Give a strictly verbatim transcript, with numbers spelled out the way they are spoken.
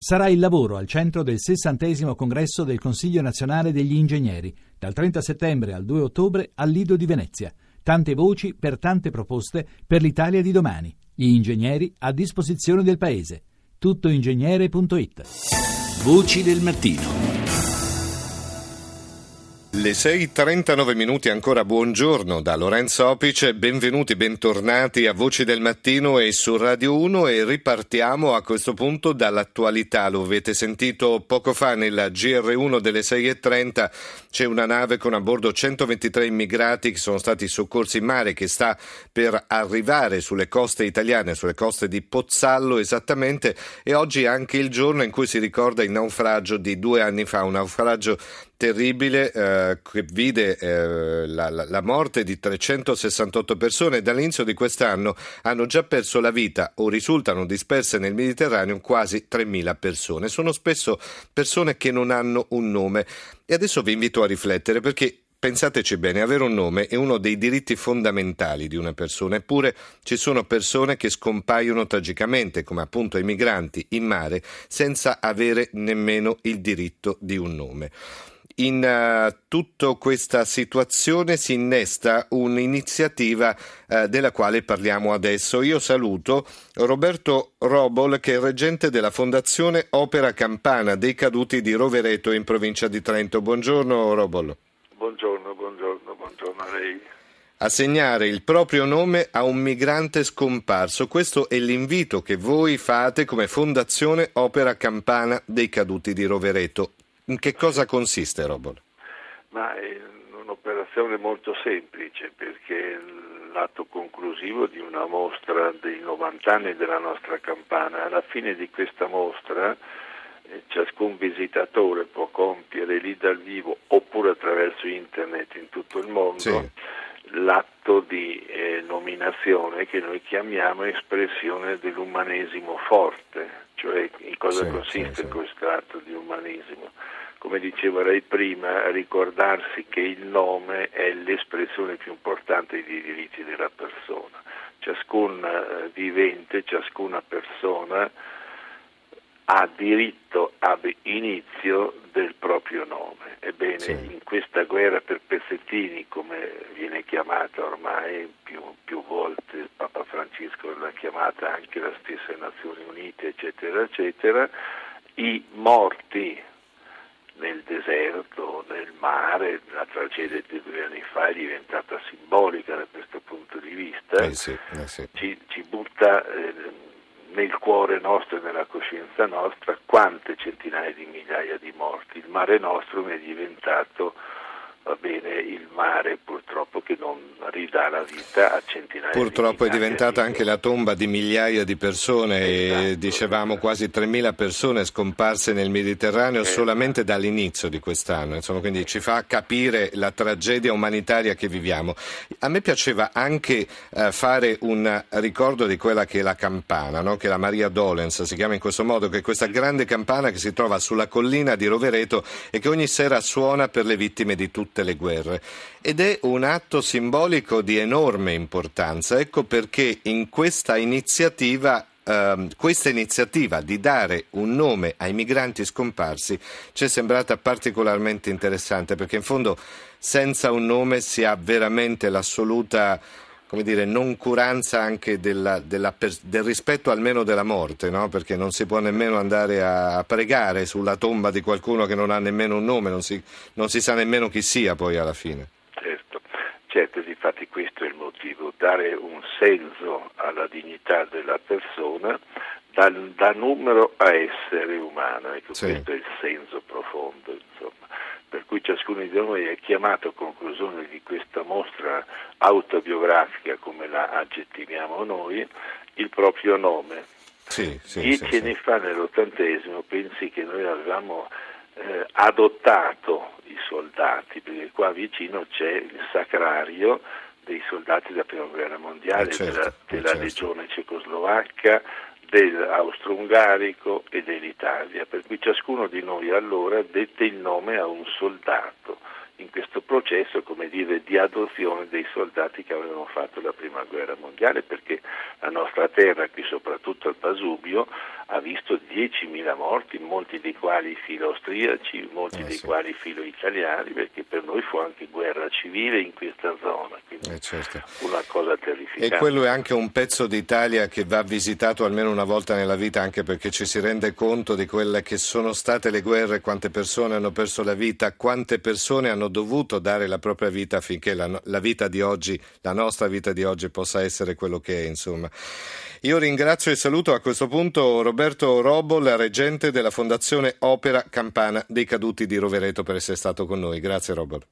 Sarà il lavoro al centro del sessantesimo congresso del Consiglio Nazionale degli Ingegneri, dal trenta settembre al due ottobre al Lido di Venezia. Tante voci per tante proposte per l'Italia di domani. Gli ingegneri a disposizione del Paese. tuttoingegnere punto it. Voci del mattino. Le sei e trentanove minuti ancora, buongiorno da Lorenzo Opice, benvenuti, bentornati a Voci del Mattino e su Radio uno e ripartiamo a questo punto dall'attualità. Lo avete sentito poco fa nella G R uno delle sei e trenta, c'è una nave con a bordo centoventitré immigrati che sono stati soccorsi in mare, che sta per arrivare sulle coste italiane, sulle coste di Pozzallo esattamente, e oggi è anche il giorno in cui si ricorda il naufragio di due anni fa, un naufragio terribile eh, che vide eh, la, la, la morte di trecentosessantotto persone. Dall'inizio di quest'anno hanno già perso la vita o risultano disperse nel Mediterraneo quasi tremila persone. Sono spesso persone che non hanno un nome e adesso vi invito a riflettere, perché pensateci bene, avere un nome è uno dei diritti fondamentali di una persona, eppure ci sono persone che scompaiono tragicamente, come appunto i migranti in mare, senza avere nemmeno il diritto di un nome. In uh, tutta questa situazione si innesta un'iniziativa uh, della quale parliamo adesso. Io saluto Roberto Robol, che è reggente della Fondazione Opera Campana dei Caduti di Rovereto in provincia di Trento. Buongiorno Robol. Buongiorno, buongiorno, buongiorno a lei. Assegnare il proprio nome a un migrante scomparso, questo è l'invito che voi fate come Fondazione Opera Campana dei Caduti di Rovereto. In che cosa consiste, Robol? Ma è un'operazione molto semplice, perché è l'atto conclusivo di una mostra dei novanta anni della nostra campana. Alla fine di questa mostra eh, ciascun visitatore può compiere lì dal vivo oppure attraverso internet in tutto il mondo sì. l'atto di eh, nominazione che noi chiamiamo espressione dell'umanesimo forte. Cioè, in cosa sì, consiste sì, sì. questo atto di umanesimo? Come diceva lei prima, ricordarsi che il nome è l'espressione più importante dei diritti della persona. Ciascun uh, vivente, ciascuna persona ha diritto ab inizio del proprio nome. Ebbene, sì. in questa guerra per pezzettini, come viene chiamata ormai più, più volte, il Papa Francesco l'ha chiamata, anche la stessa Nazioni Unite, eccetera, eccetera, i morti nel deserto, nel mare, la tragedia di due anni fa è diventata simbolica da questo punto di vista, eh sì, eh sì. ci, ci butta eh, nel cuore nostro e nella coscienza nostra quante centinaia di migliaia di morti. Il Mare Nostrum è diventato, va bene, il mare purtroppo che non ridà la vita a centinaia purtroppo di migliaia. Purtroppo è diventata di anche la tomba di migliaia di persone, esatto, e dicevamo quasi tremila persone scomparse nel Mediterraneo esatto. solamente dall'inizio di quest'anno, insomma, quindi ci fa capire la tragedia umanitaria che viviamo. A me piaceva anche eh, fare un ricordo di quella che è la campana, no? Che la Maria Dolens si chiama in questo modo, che è questa grande campana che si trova sulla collina di Rovereto e che ogni sera suona per le vittime di tutte le guerre, ed è un atto simbolico di enorme importanza. Ecco perché in questa iniziativa Uh, questa iniziativa di dare un nome ai migranti scomparsi ci è sembrata particolarmente interessante, perché in fondo senza un nome si ha veramente l'assoluta, come dire, noncuranza anche della, della, del rispetto almeno della morte, no? Perché non si può nemmeno andare a pregare sulla tomba di qualcuno che non ha nemmeno un nome, non si, non si sa nemmeno chi sia poi alla fine. Certo, certo, infatti questo è il motivo, dare un senso alla dignità della persona, da, da numero a essere umano, ecco, sì. Questo è il senso profondo, insomma. Per cui ciascuno di noi è chiamato a conclusione di questa mostra autobiografica, come la aggettiviamo noi, il proprio nome. Sì, sì, Dieci sì, anni sì. fa, nell'ottantesimo, pensi che noi avevamo eh, adottato i soldati, perché qua vicino c'è il sacrario dei soldati della Prima Guerra Mondiale, eh certo, della, della eh certo. Legione Cecoslovacca, dell'Austro-Ungarico e dell'Italia, per cui ciascuno di noi allora dette il nome a un soldato. in questo processo, come dire, di adozione dei soldati che avevano fatto la prima guerra mondiale, perché la nostra terra, qui soprattutto al Pasubio, ha visto diecimila morti, molti dei quali filo austriaci, molti eh, dei sì. quali filo italiani, perché per noi fu anche guerra civile in questa zona, quindi eh, certo. una cosa terrificante. E quello è anche un pezzo d'Italia che va visitato almeno una volta nella vita, anche perché ci si rende conto di quelle che sono state le guerre, quante persone hanno perso la vita, quante persone hanno dovuto dare la propria vita affinché la, la vita di oggi, la nostra vita di oggi, possa essere quello che è, insomma. Io ringrazio e saluto a questo punto Roberto Robol, reggente della Fondazione Opera Campana dei Caduti di Rovereto, per essere stato con noi. Grazie Robol.